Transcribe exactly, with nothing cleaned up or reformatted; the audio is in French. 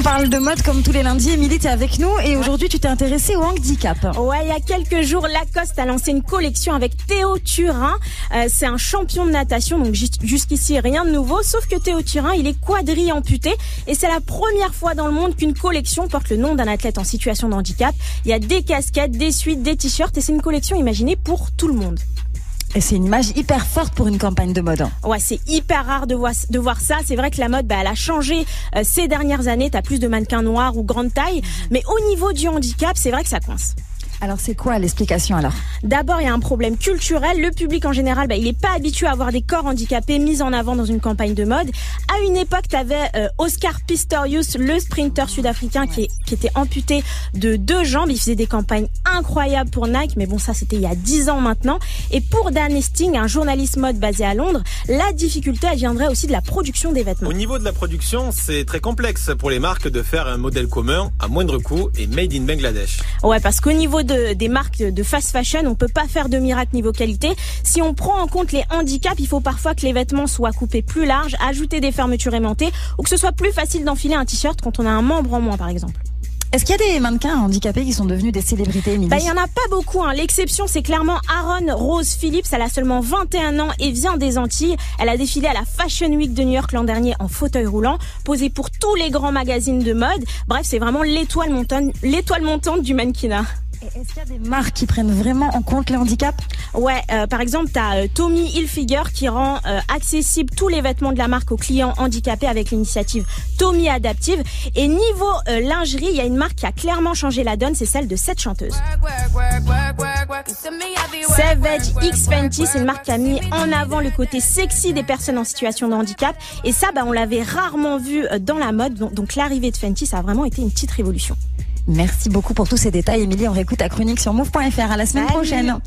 On parle de mode comme tous les lundis. Émilie, t'es avec nous et aujourd'hui tu t'es intéressée au handicap. Ouais, il y a quelques jours, Lacoste a lancé une collection avec Théo Thurin. Euh, c'est un champion de natation, donc jusqu'ici rien de nouveau. Sauf que Théo Thurin, il est quadri-amputé et c'est la première fois dans le monde qu'une collection porte le nom d'un athlète en situation de handicap. Il y a des casquettes, des suites, des t-shirts et c'est une collection imaginée pour tout le monde. Et c'est une image hyper forte pour une campagne de mode. Ouais, c'est hyper rare de voir, de voir ça. C'est vrai que la mode, bah, elle a changé euh, ces dernières années. T'as plus de mannequins noirs ou grande taille. Mais au niveau du handicap, c'est vrai que ça coince. Alors c'est quoi l'explication alors ? D'abord, il y a un problème culturel. Le public en général, bah, il est pas habitué à voir des corps handicapés mis en avant dans une campagne de mode. À une époque, t'avais euh, Oscar Pistorius, le sprinter sud-africain qui, est, qui était amputé de deux jambes. Il faisait des campagnes incroyables pour Nike, mais bon, ça c'était il y a dix ans maintenant. Et pour Dan Hastings, un journaliste mode basé à Londres, la difficulté elle viendrait aussi de la production des vêtements. Au niveau de la production, c'est très complexe pour les marques de faire un modèle commun à moindre coût et made in Bangladesh. Ouais, parce qu'au niveau de De, des marques de fast fashion, on peut pas faire de miracle niveau qualité. Si on prend en compte les handicaps, il faut parfois que les vêtements soient coupés plus larges, ajouter des fermetures aimantées ou que ce soit plus facile d'enfiler un t-shirt quand on a un membre en moins par exemple. Est-ce qu'il y a des mannequins handicapés qui sont devenus des célébrités, Émilie ? Bah, il y en a pas beaucoup, hein. L'exception, c'est clairement Aaron Rose Phillips. Elle a seulement vingt et un ans et vient des Antilles. Elle a défilé à la Fashion Week de New York l'an dernier en fauteuil roulant, posée pour tous les grands magazines de mode. Bref, c'est vraiment l'étoile montante, l'étoile montante du mannequinat. Et est-ce qu'il y a des marques qui prennent vraiment en compte le handicap ? Ouais, euh, par exemple, t'as euh, Tommy Hilfiger qui rend euh, accessible tous les vêtements de la marque aux clients handicapés avec l'initiative Tommy Adaptive. Et niveau euh, lingerie, il y a une marque qui a clairement changé la donne, c'est celle de cette chanteuse. Savage X Fenty, c'est une marque qui a mis en avant le côté sexy des personnes en situation de handicap. Et ça, bah, on l'avait rarement vu euh, dans la mode. Donc, donc l'arrivée de Fenty, ça a vraiment été une petite révolution. Merci beaucoup pour tous ces détails, Émilie. On réécoute ta chronique sur move point f r. À la semaine Salut. prochaine.